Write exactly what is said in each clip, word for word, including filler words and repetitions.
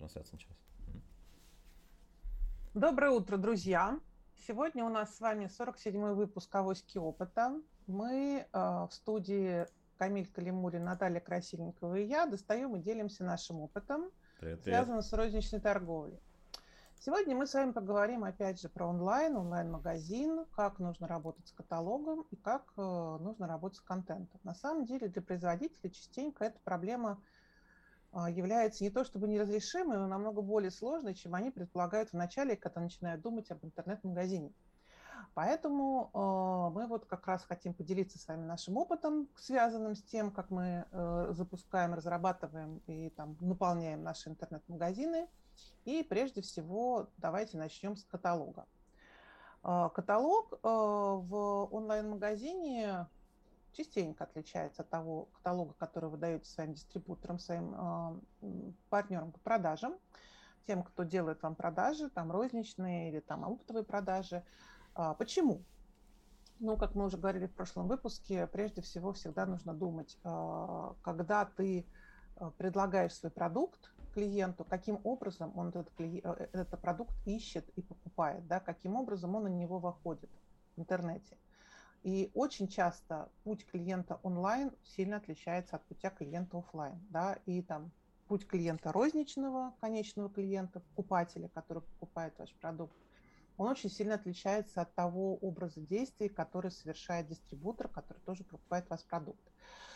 Трансляция началась. Мгм. Доброе утро, друзья! Сегодня у нас с вами сорок седьмой выпуск «Авоськи опыта». Мы э, в студии Камиль Калимуллин, Наталья Красильникова и я достаем и делимся нашим опытом, Привет, привет. связанным с розничной торговлей. Сегодня мы с вами поговорим опять же про онлайн, онлайн-магазин, как нужно работать с каталогом и как э, нужно работать с контентом. На самом деле для производителей частенько эта проблема является не то чтобы неразрешимой, но намного более сложной, чем они предполагают вначале, когда начинают думать об интернет-магазине. Поэтому э, мы вот как раз хотим поделиться с вами нашим опытом, связанным с тем, как мы э, запускаем, разрабатываем и там, наполняем наши интернет-магазины. И прежде всего давайте начнем с каталога. Э, каталог э, в онлайн-магазине частенько отличается от того каталога, который вы даете своим дистрибьюторам, своим э, партнерам по продажам, тем, кто делает вам продажи, там розничные или там оптовые продажи. А, почему? Ну, как мы уже говорили в прошлом выпуске, прежде всего всегда нужно думать, а, когда ты а, предлагаешь свой продукт клиенту, каким образом он этот, кли... э, этот продукт ищет и покупает, да, каким образом он на него выходит в интернете. И очень часто путь клиента онлайн сильно отличается от путя клиента офлайн. Да? И там путь клиента розничного, конечного клиента, покупателя, который покупает ваш продукт, он очень сильно отличается от того образа действий, который совершает дистрибутор, который тоже покупает ваш продукт.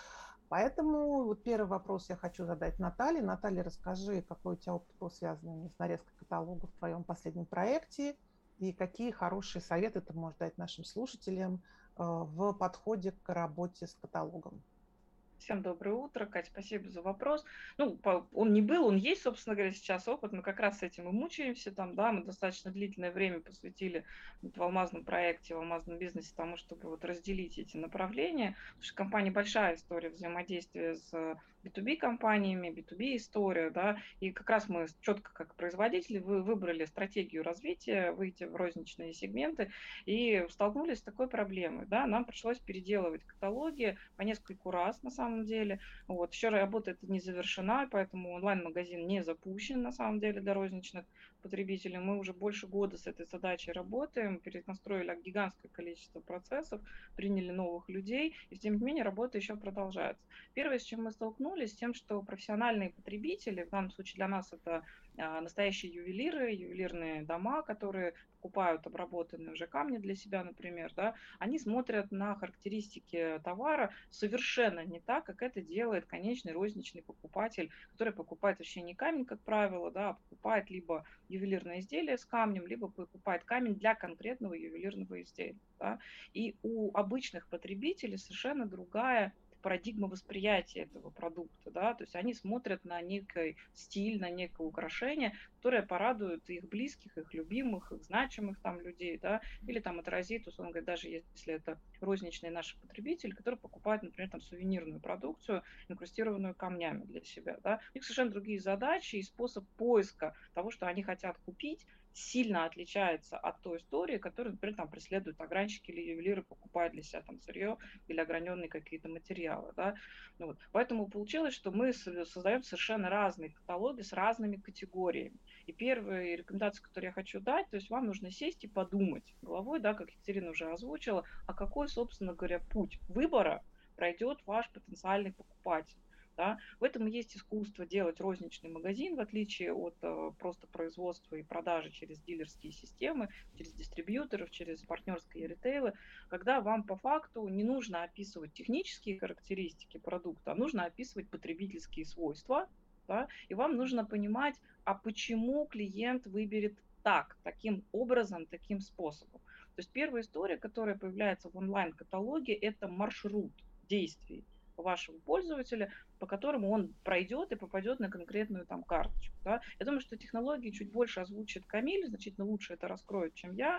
Поэтому вот первый вопрос я хочу задать Наталье. Наталья, расскажи, какой у тебя опыт был связан с нарезкой каталога в твоем последнем проекте и какие хорошие советы ты можешь дать нашим слушателям в подходе к работе с каталогом. Всем доброе утро, Катя, спасибо за вопрос. Ну, он не был, он есть, собственно говоря, сейчас опыт. Мы как раз с этим и мучаемся там, да, мы достаточно длительное время посвятили вот в алмазном проекте, в алмазном бизнесе тому, чтобы вот разделить эти направления. Потому что компания большая история взаимодействия с би ту би компаниями, би ту би история, да, и как раз мы четко как производители вы выбрали стратегию развития, выйти в розничные сегменты и столкнулись с такой проблемой, да, нам пришлось переделывать каталоги по нескольку раз, на самом деле. Вот. Еще работа эта не завершена, поэтому онлайн-магазин не запущен, на самом деле, для розничных потребителей. Мы уже больше года с этой задачей работаем, перенастроили гигантское количество процессов, приняли новых людей, и тем не менее работа еще продолжается. Первое, с чем мы столкнулись, с тем, что профессиональные потребители, в данном случае для нас это а, настоящие ювелиры, ювелирные дома, которые покупают обработанные уже камни для себя, например, да, они смотрят на характеристики товара совершенно не так, как это делает конечный розничный покупатель, который покупает вообще не камень, как правило, да, а покупает либо ювелирное изделие с камнем, либо покупает камень для конкретного ювелирного изделия. Да. И у обычных потребителей совершенно другая парадигма восприятия этого продукта, да, то есть они смотрят на некий стиль, на некое украшение, которое порадует их близких, их любимых, их значимых там людей, да, или там отразит, условно говоря, даже если это розничные наши потребители, которые покупают, например, там сувенирную продукцию, инкрустированную камнями для себя, да, у них совершенно другие задачи и способ поиска того, что они хотят купить, сильно отличается от той истории, которую, например, там преследуют огранщики или ювелиры, покупают для себя там сырье или ограненные какие-то материалы, да. Ну, вот. Поэтому получилось, что мы создаем совершенно разные каталоги с разными категориями. И первая рекомендация, которую я хочу дать, то есть вам нужно сесть и подумать головой, да, как Екатерина уже озвучила, а какой, собственно говоря, путь выбора пройдет ваш потенциальный покупатель. Да. В этом и есть искусство делать розничный магазин, в отличие от э, просто производства и продажи через дилерские системы, через дистрибьюторов, через партнерские ритейлы, когда вам по факту не нужно описывать технические характеристики продукта, а нужно описывать потребительские свойства, да, и вам нужно понимать, а почему клиент выберет так, таким образом, таким способом. То есть первая история, которая появляется в онлайн-каталоге, это маршрут действий вашего пользователя, по которому он пройдет и попадет на конкретную там карточку. Да. Я думаю, что технологии чуть больше озвучит Камиль, значительно лучше это раскроет, чем я.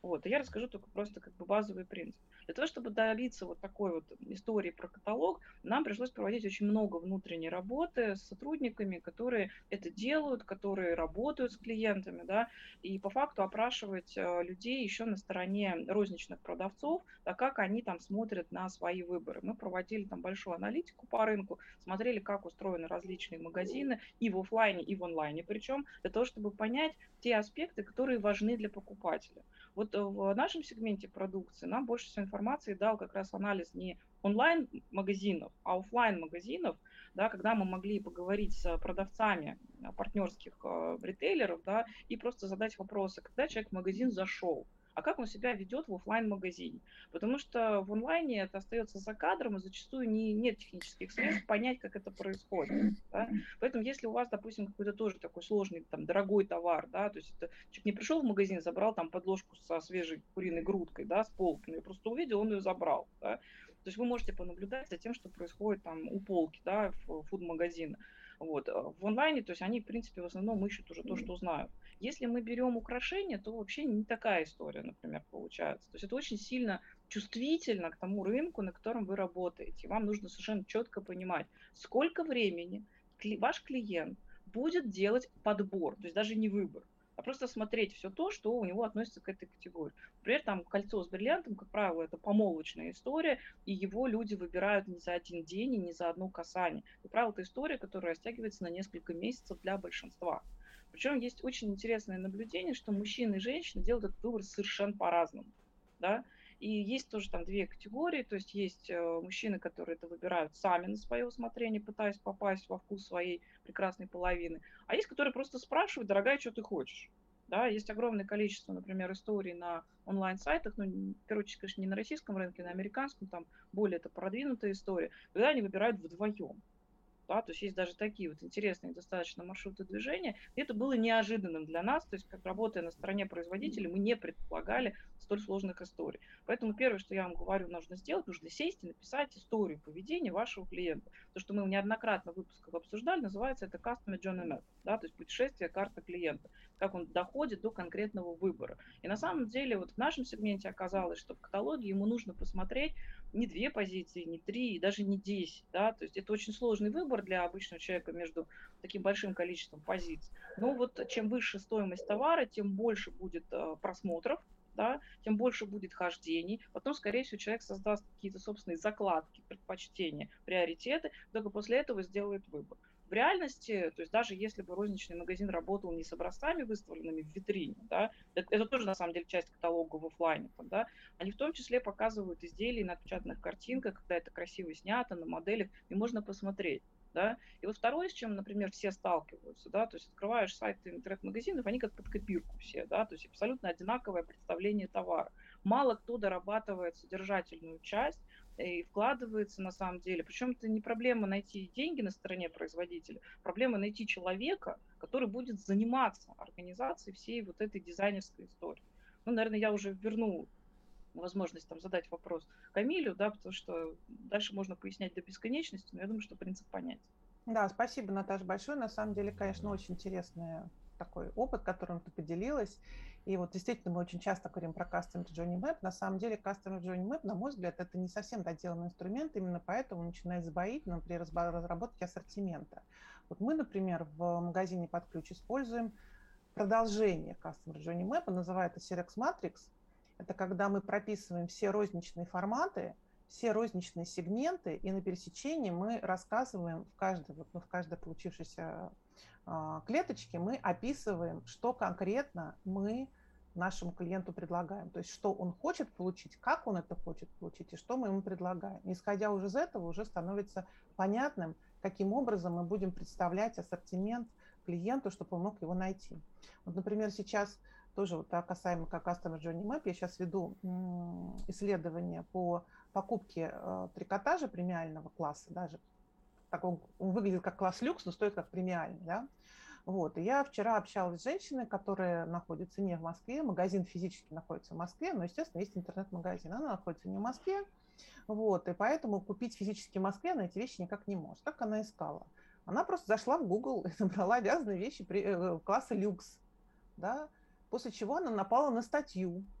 Вот. И я расскажу только просто как бы базовый принцип. Для того, чтобы добиться вот такой вот истории про каталог, нам пришлось проводить очень много внутренней работы с сотрудниками, которые это делают, которые работают с клиентами, да, и по факту опрашивать э, людей еще на стороне розничных продавцов, а как они там смотрят на свои выборы. Мы проводили там большую аналитику по рынку, смотрели, как устроены различные магазины и в оффлайне, и в онлайне, причем для того, чтобы понять те аспекты, которые важны для покупателя. Вот э, в нашем сегменте продукции нам больше всего информации дал как раз анализ не онлайн-магазинов, а оффлайн-магазинов, да, когда мы могли поговорить с продавцами э, партнерских э, ритейлеров, да, и просто задать вопросы, когда человек в магазин зашел, а как он себя ведет в оффлайн-магазине. Потому что в онлайне это остается за кадром, и зачастую не, нет технических средств понять, как это происходит. Да? Поэтому если у вас, допустим, какой-то тоже такой сложный, там, дорогой товар, да, то есть это человек не пришел в магазин, забрал там подложку со свежей куриной грудкой, да, с полки, но просто увидел, он ее забрал, да. То есть вы можете понаблюдать за тем, что происходит там у полки, да, в фуд-магазина. Вот. В онлайне, то есть они, в принципе, в основном ищут уже то, что знают. Если мы берем украшения, то вообще не такая история, например, получается. То есть это очень сильно чувствительно к тому рынку, на котором вы работаете. Вам нужно совершенно четко понимать, сколько времени ваш клиент будет делать подбор, то есть даже не выбор, а просто смотреть все то, что у него относится к этой категории. Например, там кольцо с бриллиантом, как правило, это помолвочная история, и его люди выбирают не за один день и не за одно касание. Как правило, это история, которая растягивается на несколько месяцев для большинства. Причем есть очень интересное наблюдение, что мужчины и женщины делают этот выбор совершенно по-разному. Да? И есть тоже там две категории, то есть есть э, мужчины, которые это выбирают сами на свое усмотрение, пытаясь попасть во вкус своей прекрасной половины, а есть, которые просто спрашивают, дорогая, что ты хочешь? Да, есть огромное количество, например, историй на онлайн-сайтах, ну, в первую очередь, конечно, не на российском рынке, а на американском, там более это продвинутая история, когда они выбирают вдвоем. Да, то есть есть даже такие вот интересные достаточно маршруты движения. И это было неожиданным для нас, то есть как работая на стороне производителей, мы не предполагали столь сложных историй. Поэтому первое, что я вам говорю, нужно сделать, нужно сесть и написать историю поведения вашего клиента. То, что мы неоднократно в выпусках обсуждали, называется это Customer Journey Map, да, то есть путешествие карта клиента, как он доходит до конкретного выбора. И на самом деле вот в нашем сегменте оказалось, что в каталоге ему нужно посмотреть не две позиции, не три, и даже не десять, да, то есть это очень сложный выбор для обычного человека между таким большим количеством позиций. Но вот чем выше стоимость товара, тем больше будет э, просмотров, да, тем больше будет хождений. Потом, скорее всего, человек создаст какие-то собственные закладки, предпочтения, приоритеты, только после этого сделает выбор. В реальности, то есть даже если бы розничный магазин работал не с образцами, выставленными в витрине, да, это, это тоже на самом деле часть каталога в офлайне, да, они в том числе показывают изделия на отпечатанных картинках, когда это красиво снято, на моделях, и можно посмотреть. Да? И вот второе, с чем, например, все сталкиваются, да, то есть открываешь сайты интернет-магазинов, они как под копирку все, да, то есть абсолютно одинаковое представление товара. Мало кто дорабатывает содержательную часть и вкладывается на самом деле. Причем это не проблема найти деньги на стороне производителя, проблема найти человека, который будет заниматься организацией всей вот этой дизайнерской истории. Ну, наверное, я уже верну возможность там задать вопрос Камилю, да, потому что дальше можно пояснять до бесконечности, но я думаю, что принцип понятен. Да, спасибо, Наташа, большое. На самом деле, конечно, очень интересный такой опыт, которым ты поделилась. И вот действительно мы очень часто говорим про Customer Journey Map. На самом деле Customer Journey Map, на мой взгляд, это не совсем доделанный инструмент, именно поэтому начинает сбоить нам при разработке ассортимента. Вот мы, например, в магазине «Под ключ» используем продолжение Customer Journey Map, называется Cerex Matrix. Это когда мы прописываем все розничные форматы, все розничные сегменты, и на пересечении мы рассказываем в каждой, вот, ну, в каждой получившейся а, клеточке мы описываем, что конкретно мы нашему клиенту предлагаем. То есть что он хочет получить, как он это хочет получить и что мы ему предлагаем. И исходя уже из этого уже становится понятным, каким образом мы будем представлять ассортимент клиенту, чтобы он мог его найти. Вот, например, сейчас тоже вот, да, касаемо как Customer Journey Map, я сейчас веду исследование по покупке э, трикотажа премиального класса, даже так он, он выглядит как класс люкс, но стоит как премиальный, да. Вот, и я вчера общалась с женщиной, которая находится не в Москве, магазин физически находится в Москве, но, естественно, есть интернет-магазин, она находится не в Москве, вот, и поэтому купить физически в Москве она эти вещи никак не может. Как она искала? Она просто зашла в Google и набрала вязаные вещи класса люкс, да, после чего она напала на статью,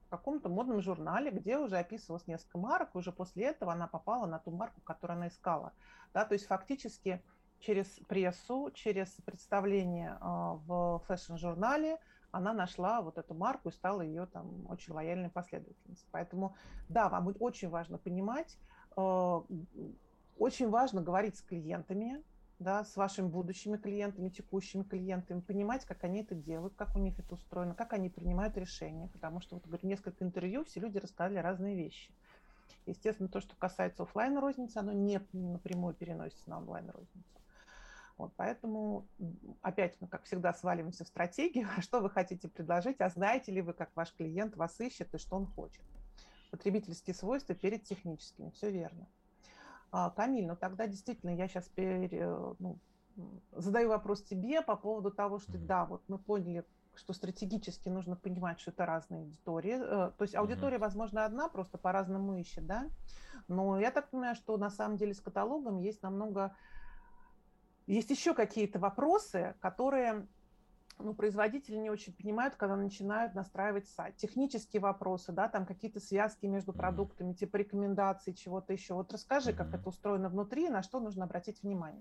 в каком-то модном журнале, где уже описывалось несколько марок, и уже после этого она попала на ту марку, которую она искала. Да, то есть фактически через прессу, через представление в фэшн-журнале она нашла вот эту марку и стала ее там очень лояльной последовательницей. Поэтому, да, вам очень важно понимать, очень важно говорить с клиентами, да, с вашими будущими клиентами, текущими клиентами, понимать, как они это делают, как у них это устроено, как они принимают решения, потому что, вот, говорю, несколько интервью, все люди рассказали разные вещи. Естественно, то, что касается офлайн-розницы, оно не напрямую переносится на онлайн-розницу. Вот, поэтому опять мы, как всегда, сваливаемся в стратегию, что вы хотите предложить, а знаете ли вы, как ваш клиент вас ищет и что он хочет. Потребительские свойства перед техническими, все верно. Камиль, ну тогда действительно я сейчас пере, ну, задаю вопрос тебе по поводу того, что да, вот мы поняли, что стратегически нужно понимать, что это разные аудитории. То есть аудитория, uh-huh. возможно, одна, просто по-разному ищет, да? Но я так понимаю, что на самом деле с каталогом есть намного... Есть еще какие-то вопросы, которые... Ну, производители не очень понимают, когда начинают настраивать сайт. Технические вопросы, да, там какие-то связки между продуктами, типа рекомендаций, чего-то еще. Вот расскажи, как это устроено внутри и на что нужно обратить внимание.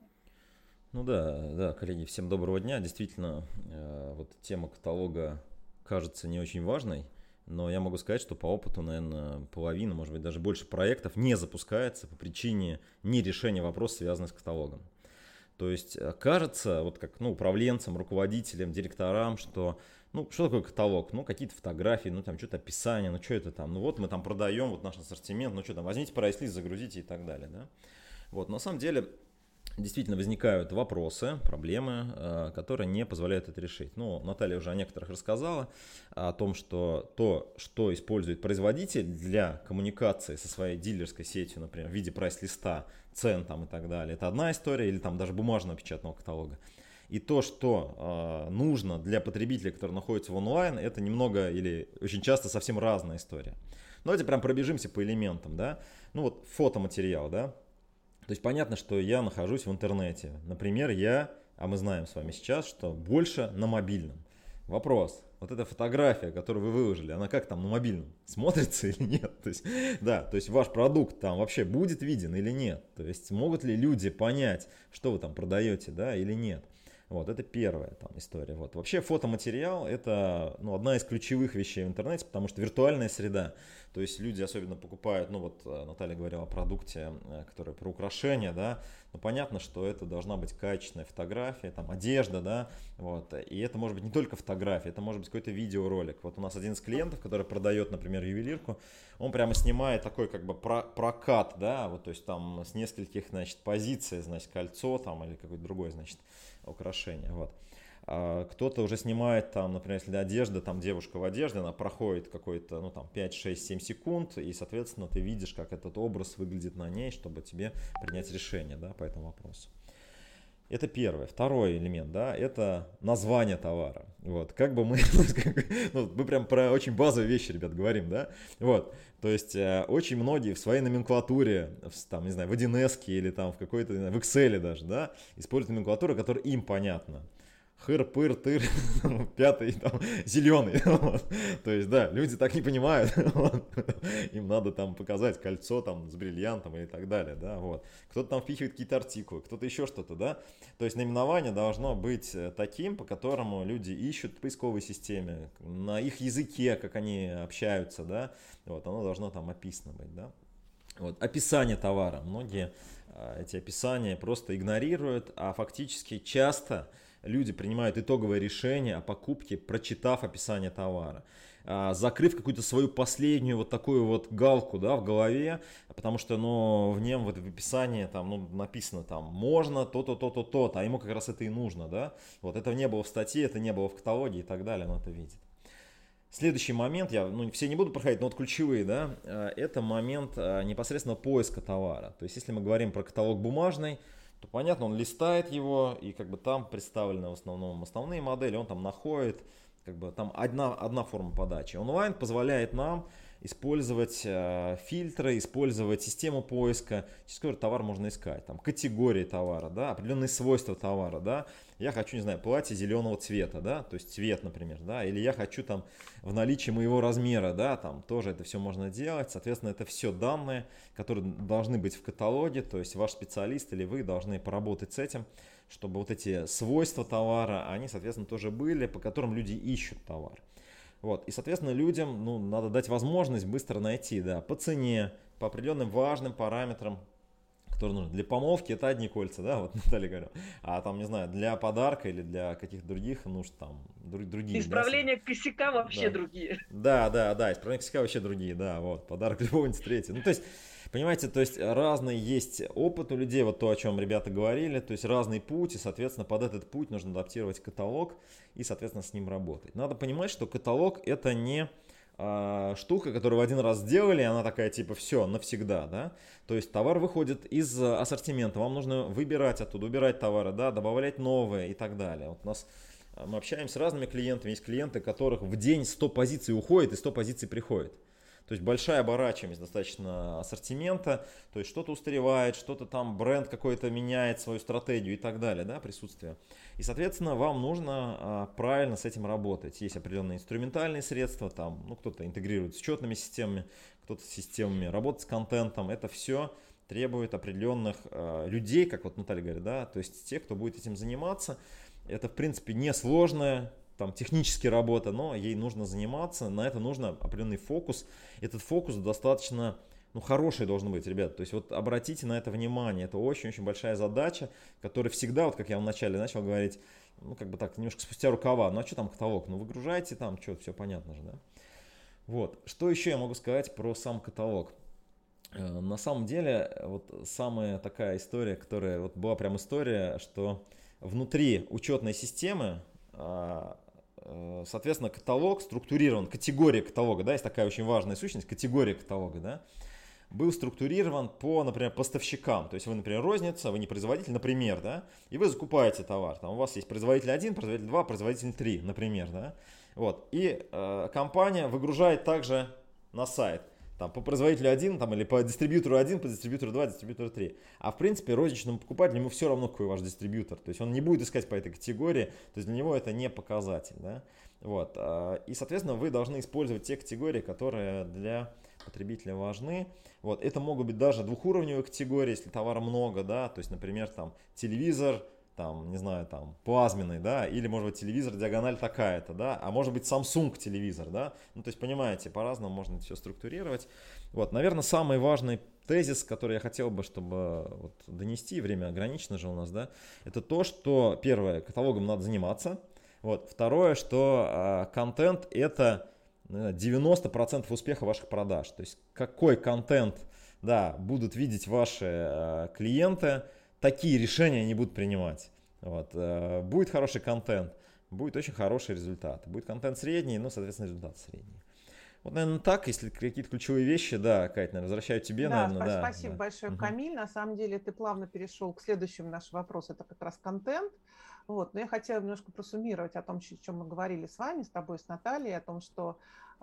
Ну да, да, коллеги, всем доброго дня. Действительно, э, вот тема каталога кажется не очень важной, но я могу сказать, что по опыту, наверное, половина, может быть, даже больше проектов не запускается по причине нерешения вопроса, связанных с каталогом. То есть кажется, вот как ну, управленцам, руководителям, директорам, что ну что такое каталог? Ну какие-то фотографии, ну там что-то описание, ну что это там? Ну вот мы там продаем, вот наш ассортимент, ну что там, возьмите прайс-лист, загрузите и так далее. Да? Вот, на самом деле действительно возникают вопросы, проблемы, которые не позволяют это решить. Ну, Наталья уже о некоторых рассказала, о том, что то, что использует производитель для коммуникации со своей дилерской сетью, например, в виде прайс-листа, цен там и так далее, это одна история, или там даже бумажного печатного каталога. И то, что э, нужно для потребителя, который находится в онлайн, это немного или очень часто совсем разная история. Давайте прям пробежимся по элементам, да. Ну вот фотоматериал, да. То есть понятно, что я нахожусь в интернете. Например, я, а мы знаем с вами сейчас, что больше на мобильном. Вопрос, вот эта фотография, которую вы выложили, она как там на мобильном? Смотрится или нет? То есть, да, то есть ваш продукт там вообще будет виден или нет? То есть могут ли люди понять, что вы там продаете, да, или нет? Вот, это первая там история. Вот. Вообще фотоматериал это ну, одна из ключевых вещей в интернете, потому что виртуальная среда. То есть люди особенно покупают, ну вот Наталья говорила о продукте, который про украшения, да. Ну понятно, что это должна быть качественная фотография, там одежда, да. Вот. И это может быть не только фотография, это может быть какой-то видеоролик. Вот у нас один из клиентов, который продает, например, ювелирку, он прямо снимает такой как бы прокат, да, вот то есть там с нескольких, значит, позиций, значит, кольцо там или какое-то другое, значит, украшение, вот. А кто-то уже снимает там, например, если одежда, там девушка в одежде, она проходит какой-то, ну там пять, шесть, семь секунд, и, соответственно, ты видишь, как этот образ выглядит на ней, чтобы тебе принять решение, да, по этому вопросу. Это первое. Второй элемент, да, это название товара. Вот, как бы мы, ну, мы прям про очень базовые вещи, ребят, говорим, да, вот, то есть э, очень многие в своей номенклатуре, в, там, не знаю, в один эс или там в какой-то, в Excel даже, да, используют номенклатуру, которая им понятна. Хыр, пыр, тыр, пятый, там, зеленый. Вот. То есть, да, люди так не понимают. Вот. Им надо там показать кольцо там, с бриллиантом и так далее. Да, вот. Кто-то там впихивает какие-то артикулы, кто-то еще что-то. Да? То есть наименование должно быть таким, по которому люди ищут в поисковой системе, на их языке, как они общаются. Да? Вот. Оно должно там описано быть. Да? Вот. Описание товара. Многие эти описания просто игнорируют, а фактически часто люди принимают итоговое решение о покупке, прочитав описание товара, закрыв какую-то свою последнюю вот такую вот галку, да, в голове, потому что ну, в нем, вот в описании там, ну, написано там можно то-то, то-то, то-то, а ему как раз это и нужно. Да? Вот этого не было в статье, это не было в каталоге и так далее, он это видит. Следующий момент, я ну, все не буду проходить, но вот ключевые, да, это момент непосредственно поиска товара. То есть если мы говорим про каталог бумажный, то понятно, он листает его, и как бы там представлены в основном основные модели, он там находит, как бы там одна, одна форма подачи. Онлайн позволяет нам использовать э, фильтры, использовать систему поиска, через который товар можно искать, там, категории товара, да, определенные свойства товара, да, я хочу, не знаю, платье зеленого цвета, да, то есть цвет, например, да, или я хочу там в наличии моего размера, да, там тоже это все можно делать, соответственно, это все данные, которые должны быть в каталоге, то есть ваш специалист или вы должны поработать с этим, чтобы вот эти свойства товара, они, соответственно, тоже были, по которым люди ищут товар. Вот. И, соответственно, людям ну, надо дать возможность быстро найти, да, по цене, по определенным важным параметрам, которые нужны. Для помолвки это одни кольца, да, вот Наталья говорила. А там, не знаю, для подарка или для каких-то других нужд там другие. Исправление да, косяка вообще да. другие. Да, да, да, исправление косяка вообще другие, да, вот, подарок любовнице третий. Ну, то есть, понимаете, то есть разный есть опыт у людей, вот то, о чем ребята говорили, то есть разный путь, и, соответственно, под этот путь нужно адаптировать каталог и, соответственно, с ним работать. Надо понимать, что каталог это не а, штука, которую в один раз сделали, и она такая типа все, навсегда, да. То есть товар выходит из ассортимента, вам нужно выбирать оттуда, убирать товары, да, добавлять новые и так далее. Вот у нас мы общаемся с разными клиентами, есть клиенты, которых в день сто позиций уходит и сто позиций приходит. То есть большая оборачиваемость достаточно ассортимента, то есть что-то устаревает, что-то там бренд какой-то меняет свою стратегию и так далее, да, присутствие. И, соответственно, вам нужно а, правильно с этим работать. Есть определенные инструментальные средства, там, ну, кто-то интегрирует с учетными системами, кто-то с системами работы с контентом. Это все требует определенных а, людей, как вот Наталья говорит, да, то есть тех, кто будет этим заниматься. Это, в принципе, несложная там технически работа, но ей нужно заниматься, на это нужно определенный фокус. Этот фокус достаточно, ну, хороший должен быть, ребят. То есть вот обратите на это внимание, это очень-очень большая задача, которая всегда, вот как я вначале начал говорить, ну, как бы так, немножко спустя рукава, ну, а что там каталог? Ну, выгружайте там, что, все понятно же, да? Вот, что еще я могу сказать про сам каталог? На самом деле, вот самая такая история, которая, вот была прям история, что внутри учетной системы, соответственно, каталог структурирован, категория каталога, да, есть такая очень важная сущность, категория каталога, да, был структурирован по, например, поставщикам. То есть вы, например, розница, вы не производитель, например, да, и вы закупаете товар. Там у вас есть производитель один, производитель два, производитель три, например, да. Вот. И э, компания выгружает также на сайт. Там, по производителю один, там, или по дистрибьютору один, по дистрибьютору два, дистрибьютору три. А в принципе розничному покупателю ему все равно, какой ваш дистрибьютор. То есть он не будет искать по этой категории, то есть для него это не показатель. Да? Вот. И, соответственно, вы должны использовать те категории, которые для потребителя важны. Вот. Это могут быть даже двухуровневые категории, если товара много, да? То есть, например, там, телевизор, там, не знаю, там, плазменный, да, или, может быть, телевизор диагональ такая-то, да, а может быть, Samsung телевизор, да, ну, то есть, понимаете, по-разному можно это все структурировать. Вот, наверное, самый важный тезис, который я хотел бы, чтобы вот, донести, время ограничено же у нас, да, это то, что, первое, каталогом надо заниматься, вот, второе, что э, контент – это девяносто процентов успеха ваших продаж, то есть, какой контент, да, будут видеть ваши э, клиенты, такие решения они будут принимать. Вот. Будет хороший контент, будет очень хороший результат. Будет контент средний, но, соответственно, результат средний. Вот, наверное, так, если какие-то ключевые вещи, да, Кать, наверное, возвращаю тебе, да, наверное. Спасибо, да, спасибо да. большое, Угу. Камиль. На самом деле ты плавно перешел к следующему нашему вопросу, это как раз контент. Вот. Но я хотела немножко просуммировать о том, о чем мы говорили с вами, с тобой, с Натальей, о том, что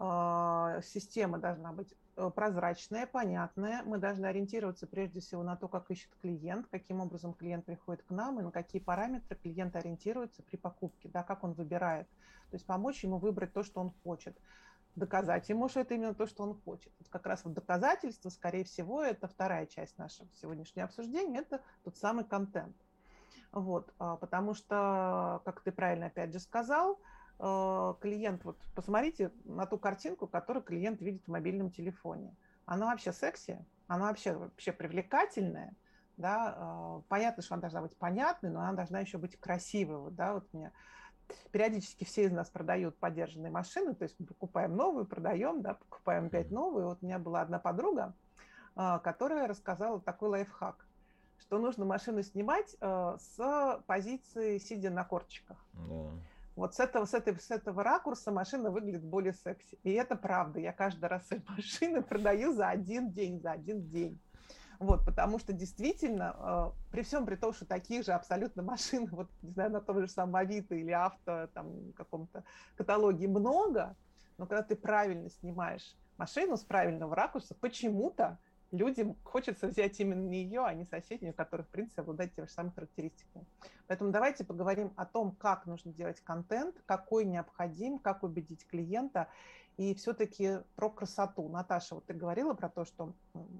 э, система должна быть прозрачная, понятная. Мы должны ориентироваться прежде всего на то, как ищет клиент, каким образом клиент приходит к нам и на какие параметры клиент ориентируется при покупке, да, как он выбирает. То есть помочь ему выбрать то, что он хочет. Доказать ему, что это именно то, что он хочет. Вот как раз вот доказательство, скорее всего, это вторая часть нашего сегодняшнего обсуждения, это тот самый контент. Вот, потому что, как ты правильно опять же сказал, клиент, вот посмотрите на ту картинку, которую клиент видит в мобильном телефоне. Она вообще секси, она вообще, вообще привлекательная, да, понятно, что она должна быть понятной, но она должна еще быть красивой. Вот, да, вот мне периодически все из нас продают подержанные машины, то есть мы покупаем новую, продаем, да, покупаем опять новую. Вот у меня была одна подруга, которая рассказала такой лайфхак, что нужно машину снимать с позиции сидя на корточках. Yeah. Вот с этого, с, этой, с этого ракурса машина выглядит более секси. И это правда. Я каждый раз свои машины продаю за один день, за один день. Вот, потому что действительно, э, при всем при том, что таких же абсолютно машин, вот, не знаю, на том же самом Авито или Авто, там, каком-то каталоге много, но когда ты правильно снимаешь машину с правильного ракурса, почему-то людям хочется взять именно ее, а не соседнюю, которая, в принципе, обладает теми же самыми характеристиками. Поэтому давайте поговорим о том, как нужно делать контент, какой необходим, как убедить клиента, и все-таки про красоту. Наташа, вот ты говорила про то, что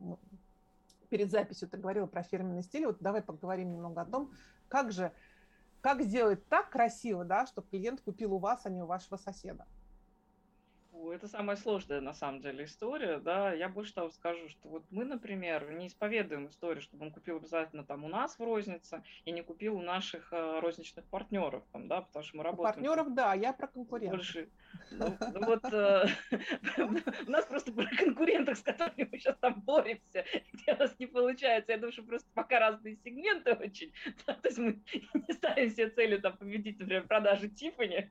перед записью ты говорила про фирменный стиль. Вот давай поговорим немного о том, как же, как сделать так красиво, да, чтобы клиент купил у вас, а не у вашего соседа. Это самая сложная, на самом деле, история, да. Я больше того скажу, что вот мы, например, не исповедуем историю, чтобы он купил обязательно там у нас в рознице и не купил у наших э, розничных партнеров, там, да, потому что мы У работаем... партнеров, да, я про конкурентов. Больше... Ну, ну вот э, у нас просто про конкурентов, с которыми мы сейчас там боремся, где у нас не получается. Я думаю, что просто пока разные сегменты очень. Да, то есть мы не ставим себе целью там победить, например, продажи Тиффани.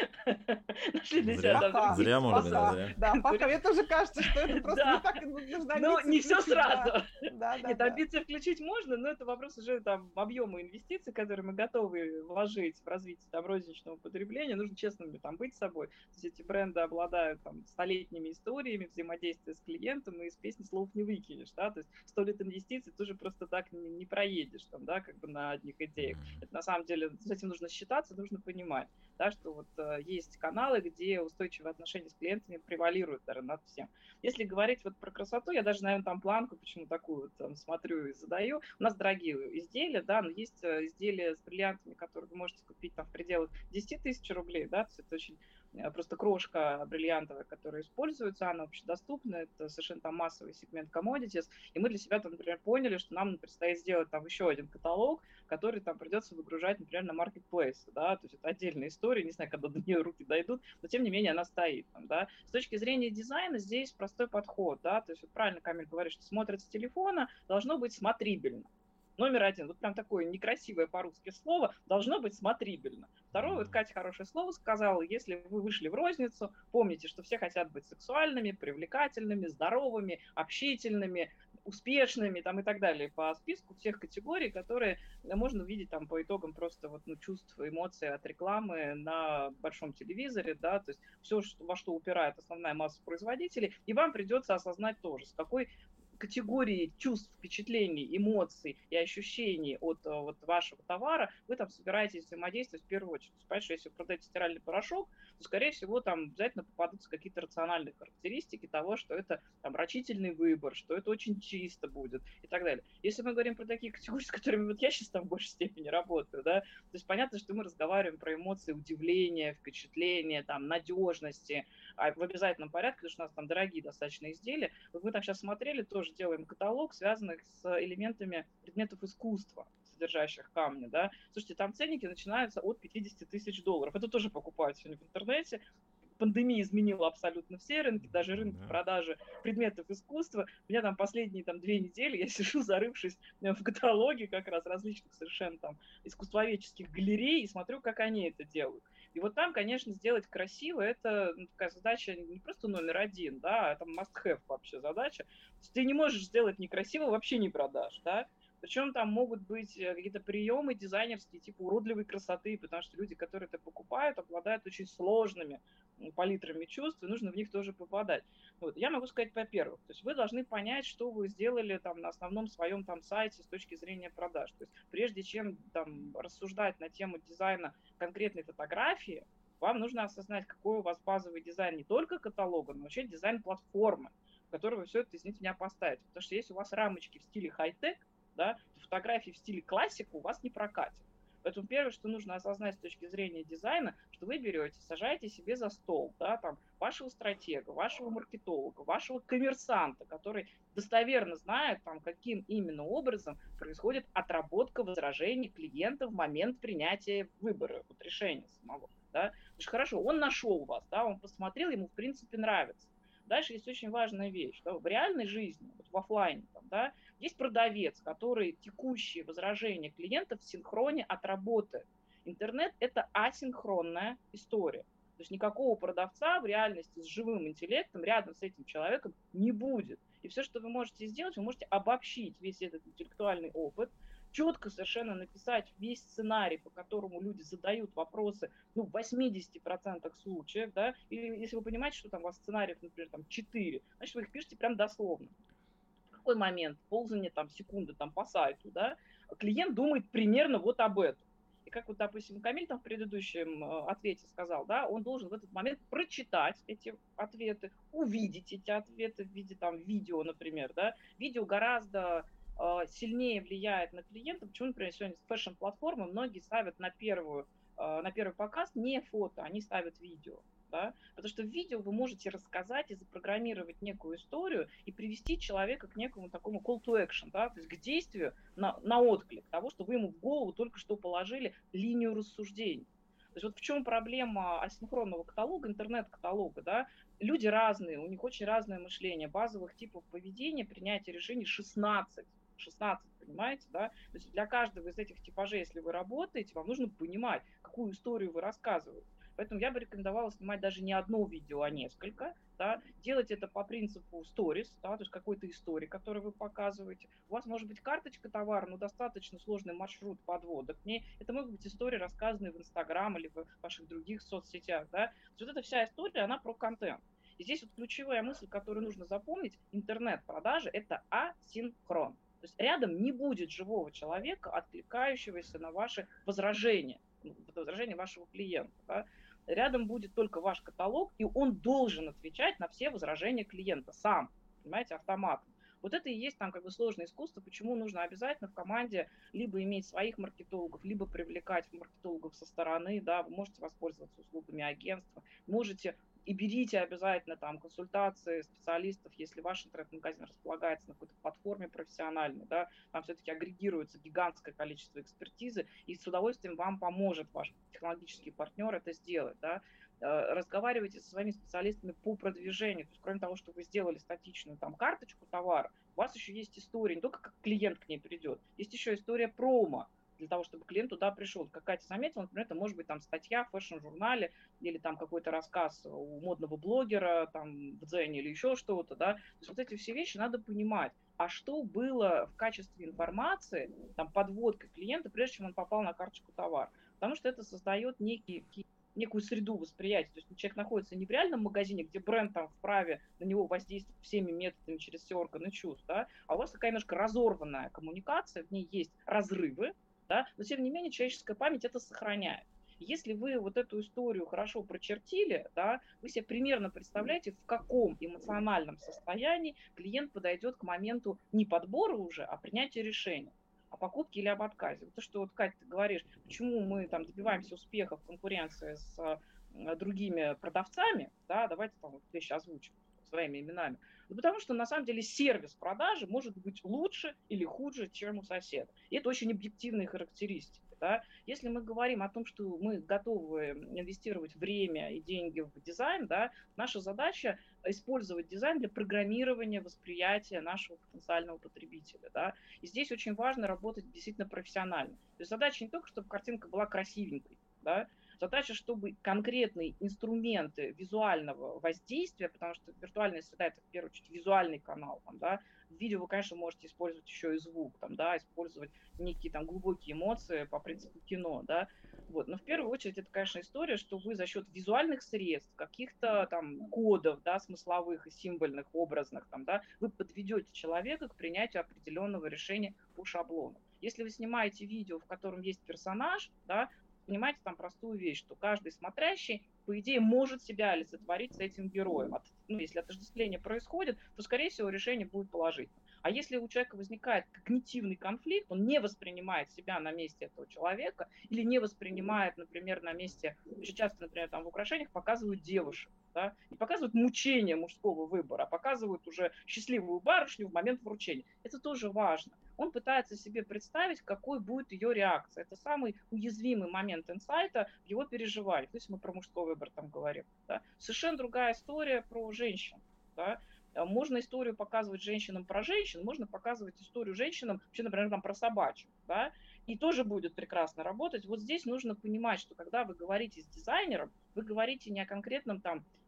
Нашли для себя там другие. Зря, может быть, да, зря. Да, пока мне тоже кажется, что это просто не так нужно. Ну, не все сразу. Да, да, Нет, амбиции включить можно, но это вопрос уже там объема инвестиций, которые мы готовы вложить в развитие там розничного потребления. Нужно честными там быть собой. То есть эти бренды обладают там столетними историями взаимодействия с клиентом, и из песни слов не выкинешь, да, то есть сто лет инвестиций тоже просто так не, не проедешь там, да, как бы на одних идеях. Это на самом деле, с этим нужно считаться, нужно понимать, да, что вот э, есть каналы, где устойчивые отношения с клиентами превалируют, наверное, над всем. Если говорить вот про красоту, я даже, наверное, там планку почему такую вот там смотрю и задаю. У нас дорогие изделия, да, но есть изделия с бриллиантами, которые вы можете купить там в пределах десять тысяч рублей, да, то есть это очень просто крошка бриллиантовая, которая используется, она общедоступна, это совершенно там массовый сегмент commodities, и мы для себя там, например, поняли, что нам предстоит сделать там еще один каталог, который там придется выгружать, например, на marketplace, да, то есть это отдельная история, не знаю, когда до нее руки дойдут, но тем не менее она стоит там, да. С точки зрения дизайна здесь простой подход, да, то есть вот правильно Камиль говорит, что смотрят с телефона, должно быть смотрибельно. Номер один, вот прям такое некрасивое по-русски слово, должно быть смотрибельно. Второе, вот Катя хорошее слово сказала, если вы вышли в розницу, помните, что все хотят быть сексуальными, привлекательными, здоровыми, общительными, успешными там, и так далее по списку всех категорий, которые можно увидеть там по итогам просто вот, ну, чувств, эмоций от рекламы на большом телевизоре, да, то есть все, что, во что упирает основная масса производителей, и вам придется осознать тоже, с какой категории чувств, впечатлений, эмоций и ощущений от вот вашего товара вы там собираетесь взаимодействовать в первую очередь. То есть, понимаете, что если вы продаете стиральный порошок, то, скорее всего, там обязательно попадутся какие-то рациональные характеристики того, что это там рачительный выбор, что это очень чисто будет и так далее. Если мы говорим про такие категории, с которыми вот я сейчас там в большей степени работаю, да, то есть понятно, что мы разговариваем про эмоции удивления, впечатления, там, надежности, а в обязательном порядке, потому что у нас там дорогие достаточно изделия. Вот мы там сейчас смотрели, тоже делаем каталог, связанных с элементами предметов искусства, содержащих камни, да. Слушайте, там ценники начинаются от пятьдесят тысяч долларов. Это тоже покупают сегодня в интернете. Пандемия изменила абсолютно все рынки, даже рынки продажи предметов искусства. У меня там последние там, две недели я сижу, зарывшись в каталоге как раз различных совершенно там искусствоведческих галерей и смотрю, как они это делают. И вот там, конечно, сделать красиво, это ну, такая задача не просто номер один, да, это must-have вообще задача. То есть ты не можешь сделать некрасиво, вообще не продашь, да. Причем там могут быть какие-то приемы дизайнерские, типа уродливой красоты, потому что люди, которые это покупают, обладают очень сложными палитрами чувств, и нужно в них тоже попадать. Вот. Я могу сказать, во-первых, то есть вы должны понять, что вы сделали там на основном своем там сайте с точки зрения продаж. То есть прежде чем там рассуждать на тему дизайна конкретной фотографии, вам нужно осознать, какой у вас базовый дизайн не только каталога, но вообще дизайн платформы, в которой вы все это, извините меня, поставите. Потому что если у вас рамочки в стиле хай-тек, да, то фотографии в стиле классика у вас не прокатит. Поэтому первое, что нужно осознать с точки зрения дизайна, что вы берете, сажаете себе за стол, да, там, вашего стратега, вашего маркетолога, вашего коммерсанта, который достоверно знает, там, каким именно образом происходит отработка возражений клиента в момент принятия выбора, вот, решения самого. Да. То есть, хорошо, он нашел вас, да, он посмотрел, ему в принципе нравится. Дальше есть очень важная вещь, что в реальной жизни, вот в офлайне, там, да, есть продавец, который текущие возражения клиентов в синхроне отработает. Интернет – это асинхронная история. То есть никакого продавца в реальности с живым интеллектом рядом с этим человеком не будет. И все, что вы можете сделать, вы можете обобщить весь этот интеллектуальный опыт, четко совершенно написать весь сценарий, по которому люди задают вопросы, ну, в восьмидесяти процентах случаев, да, и если вы понимаете, что там у вас сценариев, например, там четыре, значит, вы их пишете прям дословно. В какой момент, ползание там секунды там по сайту, да, клиент думает примерно вот об этом. И как вот, допустим, Камиль там в предыдущем ответе сказал, да, он должен в этот момент прочитать эти ответы, увидеть эти ответы в виде там видео, например, да. Видео гораздо э, сильнее влияет на клиента. Почему, например, сегодня с фэшн-платформы многие ставят на, первую, э, на первый показ не фото, они ставят видео. Да? Потому что в видео вы можете рассказать и запрограммировать некую историю и привести человека к некому такому call to action, да? То есть к действию на, на отклик того, что вы ему в голову только что положили линию рассуждений. То есть вот в чем проблема асинхронного каталога, интернет-каталога, да? Люди разные, у них очень разное мышление, базовых типов поведения, принятия решений шестнадцать. шестнадцать, понимаете, да? То есть для каждого из этих типажей, если вы работаете, вам нужно понимать, какую историю вы рассказываете. Поэтому я бы рекомендовала снимать даже не одно видео, а несколько, да, делать это по принципу stories, да, то есть какой-то истории, которую вы показываете. У вас может быть карточка товара, но достаточно сложный маршрут подвода к ней. Это могут быть истории, рассказанные в Инстаграм или в ваших других соцсетях, да. То есть вот эта вся история, она про контент. И здесь вот ключевая мысль, которую нужно запомнить, интернет-продажи – это асинхрон. То есть рядом не будет живого человека, откликающегося на ваши возражения, возражения вашего клиента, да. Рядом будет только ваш каталог, и он должен отвечать на все возражения клиента сам, понимаете, автоматом. Вот это и есть там как бы сложное искусство, почему нужно обязательно в команде либо иметь своих маркетологов, либо привлекать маркетологов со стороны, да, вы можете воспользоваться услугами агентства, можете и берите обязательно там консультации специалистов, если ваш интернет-магазин располагается на какой-то платформе профессиональной, да, там все-таки агрегируется гигантское количество экспертизы, и с удовольствием вам поможет ваш технологический партнер это сделать, да. Разговаривайте со своими специалистами по продвижению, то есть кроме того, что вы сделали статичную там карточку товара, у вас еще есть история, не только как клиент к ней придет, есть еще история промо, для того, чтобы клиент туда пришел. Как Катя заметила, например, это может быть там статья в фэшн-журнале или там какой-то рассказ у модного блогера там в Дзене или еще что-то, да. То есть вот эти все вещи надо понимать. А что было в качестве информации, там, подводкой клиента, прежде чем он попал на карточку товара? Потому что это создает некий некую среду восприятия. То есть человек находится не в реальном магазине, где бренд там вправе на него воздействовать всеми методами через все органы чувств, да, а у вас такая немножко разорванная коммуникация, в ней есть разрывы, да, но тем не менее человеческая память это сохраняет. Если вы вот эту историю хорошо прочертили, да, вы себе примерно представляете, в каком эмоциональном состоянии клиент подойдет к моменту не подбора уже, а принятия решения о покупке или об отказе. Вот то, что вот, Катя, ты говоришь, почему мы там добиваемся успеха в конкуренции с а, другими продавцами, да, давайте там вот вещи озвучим своими именами. Ну, потому что, на самом деле, сервис продажи может быть лучше или хуже, чем у соседа. И это очень объективные характеристики. Да? Если мы говорим о том, что мы готовы инвестировать время и деньги в дизайн, да, наша задача использовать дизайн для программирования восприятия нашего потенциального потребителя. Да? И здесь очень важно работать действительно профессионально. То есть задача не только, чтобы картинка была красивенькой, да? Задача, чтобы конкретные инструменты визуального воздействия, потому что виртуальная среда – это, в первую очередь, визуальный канал. Там, да? В видео вы, конечно, можете использовать еще и звук, там, да? Использовать некие там, глубокие эмоции по принципу кино. Да? Вот. Но в первую очередь это, конечно, история, что вы за счет визуальных средств, каких-то там кодов, да, смысловых и символьных, образных, там, да, вы подведете человека к принятию определенного решения по шаблону. Если вы снимаете видео, в котором есть персонаж, да, понимаете там простую вещь, что каждый смотрящий, по идее, может себя олицетворить с этим героем. От, ну, если отождествление происходит, то, скорее всего, решение будет положительным. А если у человека возникает когнитивный конфликт, он не воспринимает себя на месте этого человека или не воспринимает, например, на месте, очень часто, например, там в украшениях показывают девушек, да, не показывают мучение мужского выбора, а показывают уже счастливую барышню в момент вручения. Это тоже важно. Он пытается себе представить, какой будет ее реакция. Это самый уязвимый момент инсайта в его переживаниях. То есть мы про мужской выбор там говорим. Да. Совершенно другая история про женщин. Да. Можно историю показывать женщинам про женщин, можно показывать историю женщинам, вообще, например, там, про собачек. Да. И тоже будет прекрасно работать. Вот здесь нужно понимать, что когда вы говорите с дизайнером, вы говорите не о конкретном там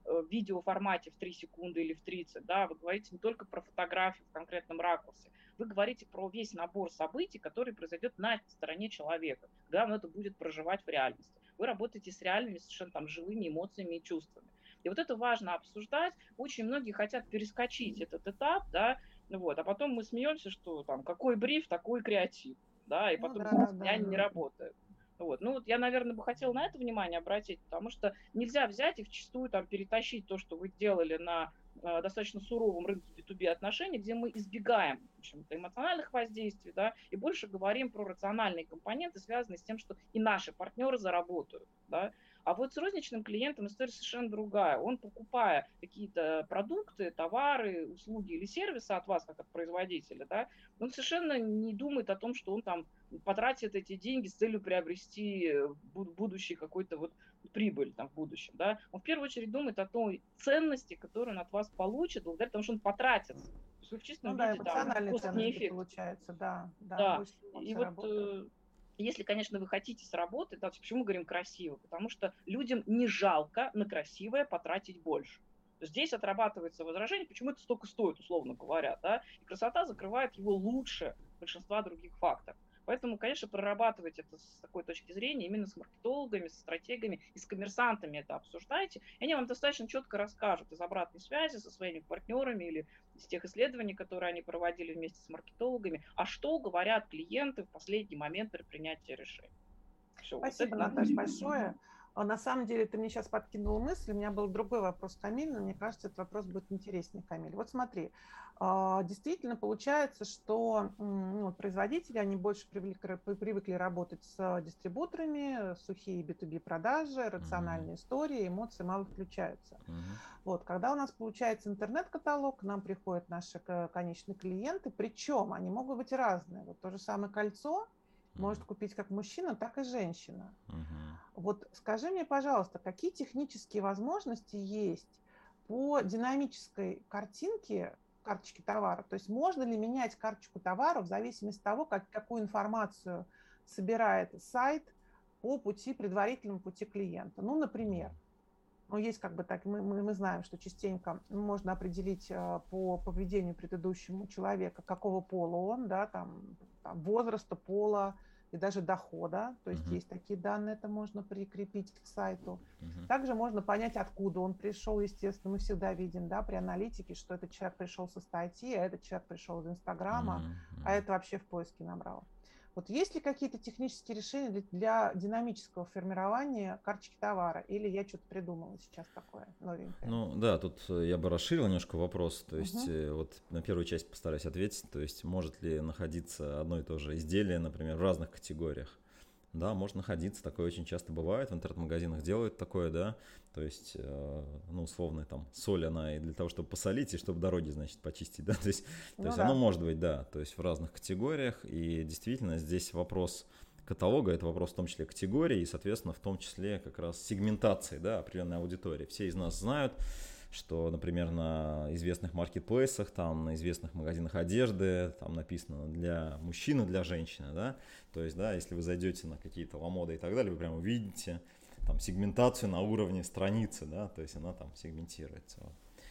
в видеоформате в три секунды или в тридцать, да, вы говорите не только про фотографию в конкретном ракурсе, вы говорите про весь набор событий, который произойдет на стороне человека, когда он это будет проживать в реальности. Вы работаете с реальными, совершенно там живыми эмоциями и чувствами. И вот это важно обсуждать. Очень многие хотят перескочить этот этап, да, вот, а потом мы смеемся, что там какой бриф, такой креатив, да, и Ну потом да, извините, да, они да. не работают. Вот. Ну вот я, наверное, бы хотела на это внимание обратить, потому что нельзя взять и вчастую там перетащить то, что вы делали на э, достаточно суровом рынке би ту би отношений, где мы избегаем, в общем-то, эмоциональных воздействий, да, и больше говорим про рациональные компоненты, связанные с тем, что и наши партнеры заработают, да. А вот с розничным клиентом история совершенно другая. Он, покупая какие-то продукты, товары, услуги или сервисы от вас, как от производителя, да, он совершенно не думает о том, что он там потратит эти деньги с целью приобрести будущий какой-то вот прибыль там в будущем, да. Он в первую очередь думает о той ценности, которую он от вас получит, благодаря тому, что он потратится. То есть вы в чистом Ну да, виде там эмоциональные ценности кост-не-эффект. получается, да, да, Да, больше и эмоций вот работают. э, если, конечно, вы хотите сработать, да, почему мы говорим красиво? Потому что людям не жалко на красивое потратить больше. Здесь отрабатывается возражение, почему это столько стоит, условно говоря, да, и красота закрывает его лучше большинства других факторов. Поэтому, конечно, прорабатывать это с такой точки зрения именно с маркетологами, с стратегами и с коммерсантами это обсуждайте. И они вам достаточно четко расскажут из обратной связи со своими партнерами или из тех исследований, которые они проводили вместе с маркетологами, а что говорят клиенты в последний момент при принятии решений. Все, Спасибо, вот это... Наташа, большое. На самом деле ты мне сейчас подкинула мысль, у меня был другой вопрос к Камиле, но мне кажется, этот вопрос будет интереснее Камиле. Вот смотри, действительно получается, что ну, производители, они больше привыкли, привыкли работать с дистрибуторами, сухие би ту би продажи, рациональные mm-hmm. истории, эмоции мало включаются. Mm-hmm. Вот, когда у нас получается интернет-каталог, к нам приходят наши конечные клиенты, причем они могут быть разные. Вот то же самое кольцо может купить как мужчина, так и женщина. Uh-huh. Вот скажи мне, пожалуйста, какие технические возможности есть по динамической картинке карточки товара? То есть можно ли менять карточку товара в зависимости от того, как, какую информацию собирает сайт по пути, предварительному пути клиента? Ну, например, ну, есть как бы так, мы, мы, мы знаем, что частенько можно определить по поведению предыдущему человека, какого пола он, да, там, там возраста, пола и даже дохода, то есть uh-huh. есть такие данные, это можно прикрепить к сайту. Uh-huh. Также можно понять, откуда он пришел, естественно, мы всегда видим, да, при аналитике, что этот человек пришел со статьи, а этот человек пришел из Инстаграма, uh-huh. а это вообще в поиске набрал. Вот есть ли какие-то технические решения для, для динамического формирования карточки товара? Или я что-то придумала сейчас такое новенькое? Ну да, тут я бы расширил немножко вопрос. То есть uh-huh. вот на первую часть постараюсь ответить. То есть может ли находиться одно и то же изделие, например, в разных категориях? Да, может находиться, такое очень часто бывает, в интернет-магазинах делают такое, да, то есть, э, ну, условно, там, соль, она и для того, чтобы посолить, и чтобы дороги, значит, почистить, да, то есть, ну, то есть да. Оно может быть, да, то есть в разных категориях, и действительно здесь вопрос каталога, это вопрос в том числе категории, и, соответственно, в том числе как раз сегментации, да, определенной аудитории. Все из нас знают, что, например, на известных маркетплейсах, там, на известных магазинах одежды, там написано для мужчины, для женщины, да, то есть, да, если вы зайдете на какие-то ламоды и так далее, вы прямо увидите там сегментацию на уровне страницы, да, то есть она там сегментируется.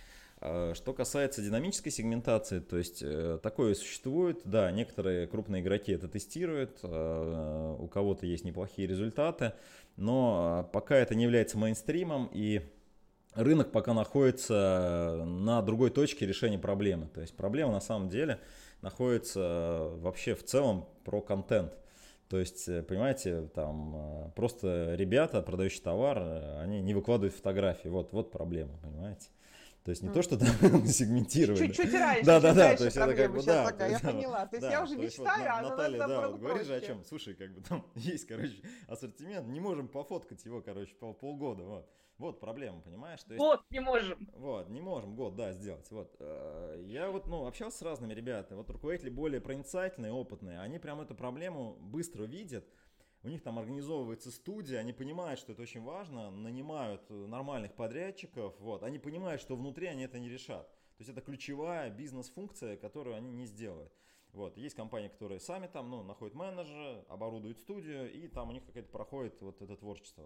Что касается динамической сегментации, то есть такое существует, да, некоторые крупные игроки это тестируют, у кого-то есть неплохие результаты, но пока это не является мейнстримом, и рынок пока находится на другой точке решения проблемы. То есть проблема на самом деле находится вообще в целом про контент. То есть, понимаете, там просто ребята, продающие товар, они не выкладывают фотографии. Вот, вот проблема, понимаете. То есть не mm. то, что там сегментировать. Чуть-чуть раньше, да, да, да, то есть это как бы, да, такая, я поняла. То есть я уже мечтаю, а Наталья, да, вот говоришь же о чем. Слушай, как бы там есть, короче, ассортимент, не можем пофоткать его, короче, пол, полгода, вот. Вот проблема, понимаешь? То есть, год не можем. Вот, не можем год, да, сделать. Вот. Я вот, ну, общался с разными ребятами, вот руководители более проницательные, опытные, они прям эту проблему быстро видят. У них там организовывается студия, они понимают, что это очень важно, нанимают нормальных подрядчиков, вот, они понимают, что внутри они это не решат. То есть это ключевая бизнес-функция, которую они не сделают. Вот, есть компании, которые сами там, ну, находят менеджера, оборудуют студию, и там у них какое-то проходит вот это творчество, да.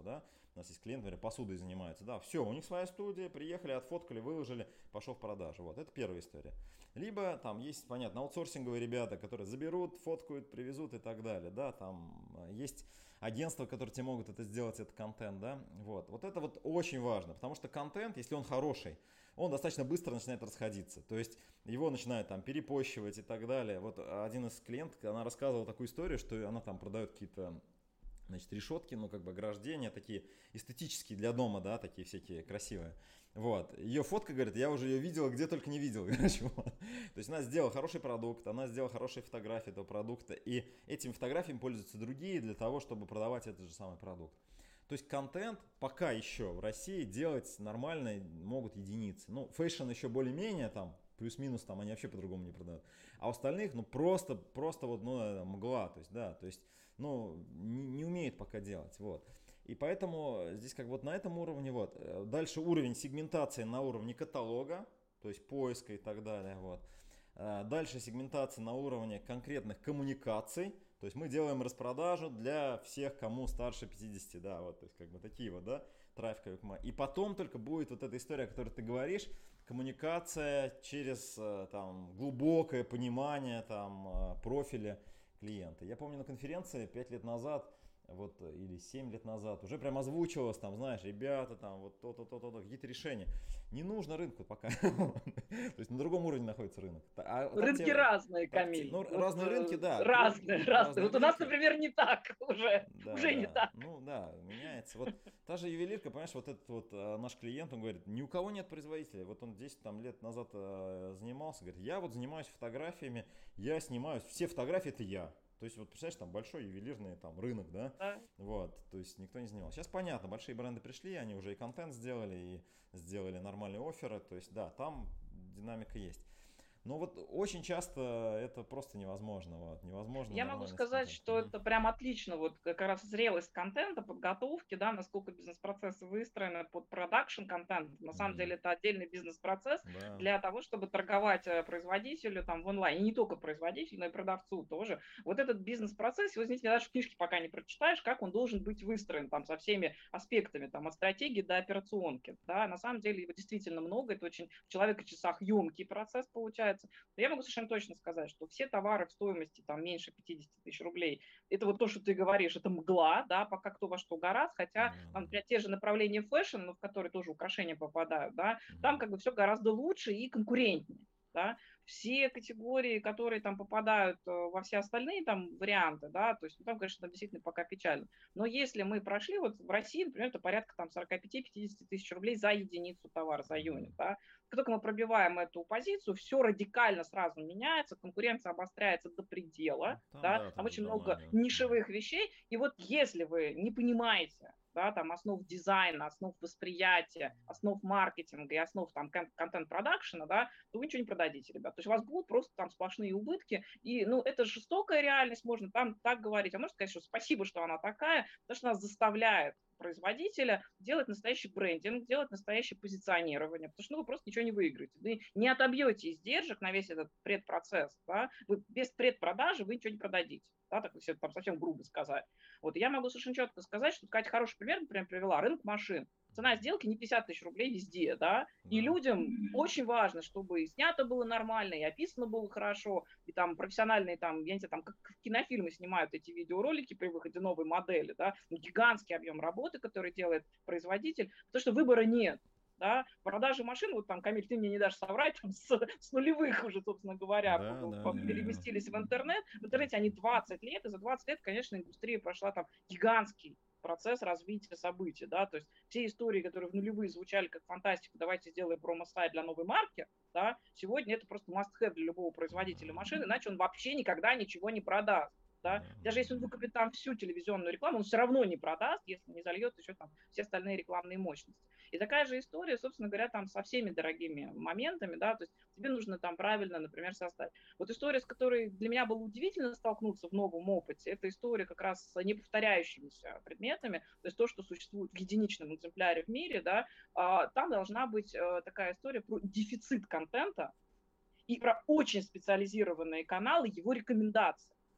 У нас есть клиенты, например, посудой занимаются, да, все, у них своя студия, приехали, отфоткали, выложили, пошел в продажу. Вот, это первая история. Либо там есть, понятно, аутсорсинговые ребята, которые заберут, фоткают, привезут и так далее, да, там есть агентства, которые тебе могут это сделать, это контент, да, вот. Вот это вот очень важно, потому что контент, если он хороший, он достаточно быстро начинает расходиться, то есть его начинают там перепощивать и так далее. Вот один из клиентов, она рассказывала такую историю, что она там продает какие-то, значит, решетки, ну, как бы ограждения, такие эстетические для дома, да, такие всякие красивые. Вот. Ее фотка, говорит, я уже ее видела, где только не видел. Короче, вот. То есть она сделала хороший продукт, она сделала хорошие фотографии этого продукта, и этими фотографиями пользуются другие для того, чтобы продавать этот же самый продукт. То есть контент пока еще в России делать нормально могут единицы. Ну, фэшн еще более-менее там, плюс-минус там, они вообще по-другому не продают. А у остальных, ну, просто, просто вот, ну, мгла, то есть, да, то есть, ну, не, не умеют пока делать, вот. И поэтому здесь как вот на этом уровне, вот. Дальше уровень сегментации на уровне каталога, то есть поиска и так далее, вот. Дальше сегментация на уровне конкретных коммуникаций. То есть мы делаем распродажу для всех, кому старше пятидесяти, да, вот, то есть как бы такие вот, да, трафиковые. И потом только будет вот эта история, о которой ты говоришь, коммуникация через там глубокое понимание там профиля клиента. Я помню на конференции пять лет назад, вот, или семь лет назад, уже прям озвучивалось, там, знаешь, ребята, там, вот то-то, то-то, то, какие-то решения. Не нужно рынку пока. То есть на другом уровне находится рынок. А рынки тебе, разные, Камиль. Ну, вот разные рынки, да. Разные, разные. разные. Вот рынки. У нас, например, не так уже. Да, уже да. не так. Ну, да, меняется. Вот та же ювелирка, понимаешь, вот этот вот наш клиент, он говорит, ни у кого нет производителя. Вот он десять там, лет назад занимался, говорит, я вот занимаюсь фотографиями, я снимаю, все фотографии это я. То есть, вот представляешь, там большой ювелирный там рынок, да? да? Вот, то есть никто не занимался. Сейчас понятно, большие бренды пришли, они уже и контент сделали, и сделали нормальные офферы, то есть, да, там динамика есть. Но вот очень часто это просто невозможно. Вот, невозможно. Я могу сказать, что это прям отлично, вот как раз зрелость контента, подготовки, да, насколько бизнес-процессы выстроены под продакшн контент. На самом mm-hmm. деле это отдельный бизнес-процесс да. для того, чтобы торговать производителю там в онлайне. И не только производителю, но и продавцу тоже. Вот этот бизнес-процесс, его, извините, даже в книжке пока не прочитаешь, как он должен быть выстроен там со всеми аспектами, там от стратегии до операционки. Да. На самом деле его действительно много, это очень в человека-часах емкий процесс получается. Но я могу совершенно точно сказать, что все товары в стоимости там, меньше пятидесяти тысяч рублей, это вот то, что ты говоришь, это мгла, да, пока кто во что гораздо, хотя там, например, те же направления фэшн, ну, в которые тоже украшения попадают, да, там как бы все гораздо лучше и конкурентнее. Да, все категории, которые там попадают во все остальные там варианты, да, то есть ну, там, конечно, действительно пока печально. Но если мы прошли, вот в России, например, это порядка там сорок пять-пятьдесят тысяч рублей за единицу товара, за юнит, да. Как только мы пробиваем эту позицию, все радикально сразу меняется, конкуренция обостряется до предела, там, да, да, там, там очень много нишевых вещей, и вот если вы не понимаете, да, там основ дизайна, основ восприятия, основ маркетинга и основ там контент-продакшена, да, то вы ничего не продадите, ребят. То есть у вас будут просто там сплошные убытки, и, ну, это жестокая реальность, можно там так говорить, а можно сказать, что спасибо, что она такая, потому что она заставляет производителя делать настоящий брендинг, делать настоящее позиционирование, потому что ну, вы просто ничего не выиграете. Вы не отобьете издержек на весь этот предпроцесс. Да? Вы без предпродажи вы ничего не продадите. Да? Так, если там совсем грубо сказать. Вот я могу совершенно четко сказать, что Катя хороший пример, например, привела рынок машин. Цена сделки не пятьдесят тысяч рублей везде, да, и да. людям очень важно, чтобы и снято было нормально, и описано было хорошо, и там профессиональные, там, я не знаю, там, как кинофильмы снимают эти видеоролики при выходе новой модели, да, гигантский объем работы, который делает производитель, потому что выбора нет. Да, продажи машин, вот там, Камиль, ты мне не дашь соврать, там, с, с нулевых уже, собственно говоря, да, да, переместились да. в интернет. В интернете они двадцать лет, и за двадцать лет, конечно, индустрия прошла там гигантский процесс развития событий, да, то есть все истории, которые в нулевые звучали как фантастика, давайте сделаем промо-сайт для новой марки, да, сегодня это просто must-have для любого производителя машин, иначе он вообще никогда ничего не продаст. Да? Даже если он выкупит там всю телевизионную рекламу, он все равно не продаст, если не зальет еще там все остальные рекламные мощности. И такая же история, собственно говоря, там со всеми дорогими моментами, да, то есть тебе нужно там правильно, например, составить. Вот история, с которой для меня было удивительно столкнуться в новом опыте, это история как раз с неповторяющимися предметами, то есть то, что существует в единичном экземпляре в мире, да, там должна быть такая история про дефицит контента и про очень специализированные каналы, его рекомендации.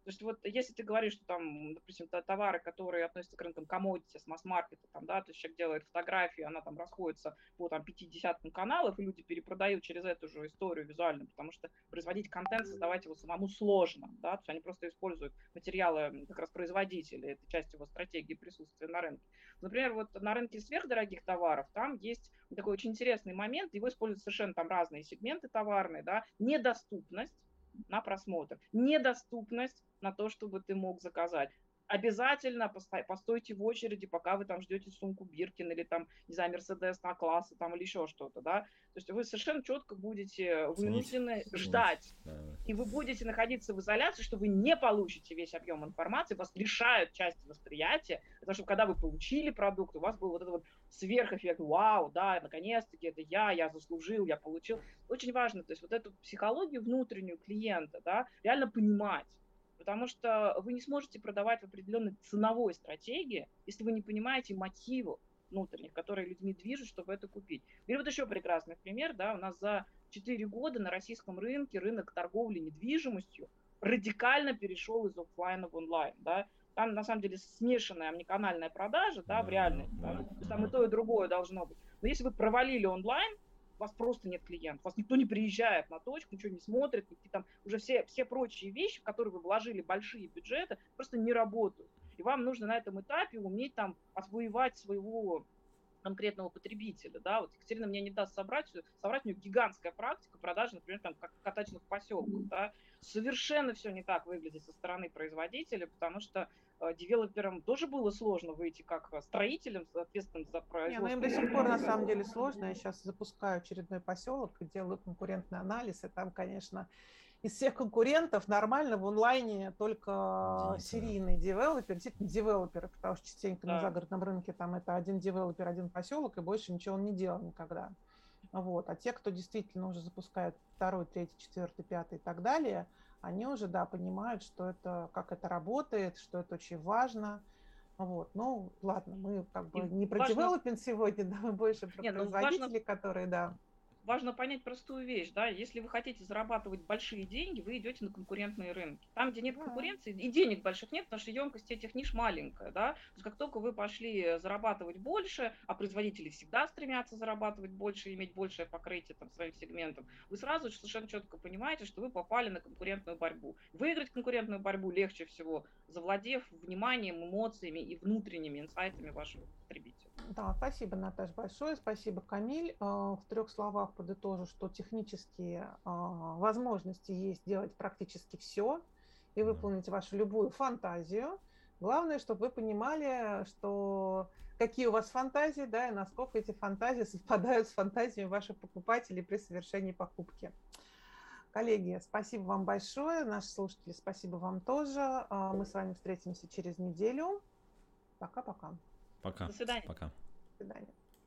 То есть вот если ты говоришь, что там, допустим, товары, которые относятся к рынкам commodities, масс-маркета, там, да, то есть человек делает фотографию, она там расходится по там пятидесяткам каналов, и люди перепродают через эту же историю визуально, потому что производить контент, создавать его самому сложно, да, то есть они просто используют материалы как раз производителей, это часть его стратегии присутствия на рынке. Например, вот на рынке сверхдорогих товаров там есть такой очень интересный момент, его используют совершенно там разные сегменты товарные, да, недоступность на просмотр, недоступность на то, чтобы ты мог заказать. Обязательно постойте в очереди, пока вы там ждете сумку Биркин или там, не знаю, Мерседес на классы там или еще что-то, да. То есть вы совершенно четко будете вынуждены ценить, ждать. Ценить. Да. И вы будете находиться в изоляции, что вы не получите весь объем информации, вас лишают части восприятия, потому что когда вы получили продукт, у вас был вот этот вот сверхэффект, вау, да, наконец-таки это я, я заслужил, я получил. Очень важно, то есть вот эту психологию внутреннюю клиента, да, реально понимать. Потому что вы не сможете продавать в определенной ценовой стратегии, если вы не понимаете мотивов внутренних, которые людьми движут, чтобы это купить. Или вот еще прекрасный пример, да, у нас за четыре года на российском рынке рынок торговли недвижимостью радикально перешел из офлайна в онлайн, да. Там на самом деле смешанная омниканальная продажа, да, в реальности, да, то есть там и то, и другое должно быть. Но если вы провалили онлайн, у вас просто нет клиентов, у вас никто не приезжает на точку, ничего не смотрит, никакие там уже все, все прочие вещи, в которые вы вложили большие бюджеты, просто не работают. И вам нужно на этом этапе уметь там отвоевать своего конкретного потребителя, да, вот Екатерина мне не даст собрать, собрать у нее гигантская практика продажи, например, там, как каточных поселков, да, совершенно все не так выглядит со стороны производителя, потому что э, девелоперам тоже было сложно выйти как строителям, соответственно, за производство. Не, ну им до сих пор на самом деле сложно, я сейчас запускаю очередной поселок, делаю конкурентный анализ, и там, конечно, из всех конкурентов нормально в онлайне только День, серийный девелопер, действительно девелоперы, потому что частенько да. на загородном рынке там это один девелопер, один поселок, и больше ничего он не делал никогда. Вот. А те, кто действительно уже запускает второй, третий, четвертый, пятый и так далее, они уже, да, понимают, что это, как это работает, что это очень важно. Вот. Ну, ладно, мы как бы и не про важно... девелопинг сегодня, да, мы больше про Нет, производителей, важно... которые, да. Важно понять простую вещь, да, если вы хотите зарабатывать большие деньги, вы идете на конкурентные рынки. Там, где нет конкуренции, и денег больших нет, потому что емкость этих ниш маленькая, да. То есть как только вы пошли зарабатывать больше, а производители всегда стремятся зарабатывать больше, иметь большее покрытие там своим сегментом, вы сразу совершенно четко понимаете, что вы попали на конкурентную борьбу. Выиграть конкурентную борьбу легче всего, завладев вниманием, эмоциями и внутренними инсайтами вашего потребителя. Да, спасибо, Наташа, большое. Спасибо, Камиль. В трех словах подытожу, что технические возможности есть делать практически все и выполнить вашу любую фантазию. Главное, чтобы вы понимали, что какие у вас фантазии, да, и насколько эти фантазии совпадают с фантазиями ваших покупателей при совершении покупки. Коллеги, спасибо вам большое. Наши слушатели, спасибо вам тоже. Мы с вами встретимся через неделю. Пока-пока. Пока. До свидания. Пока. До свидания.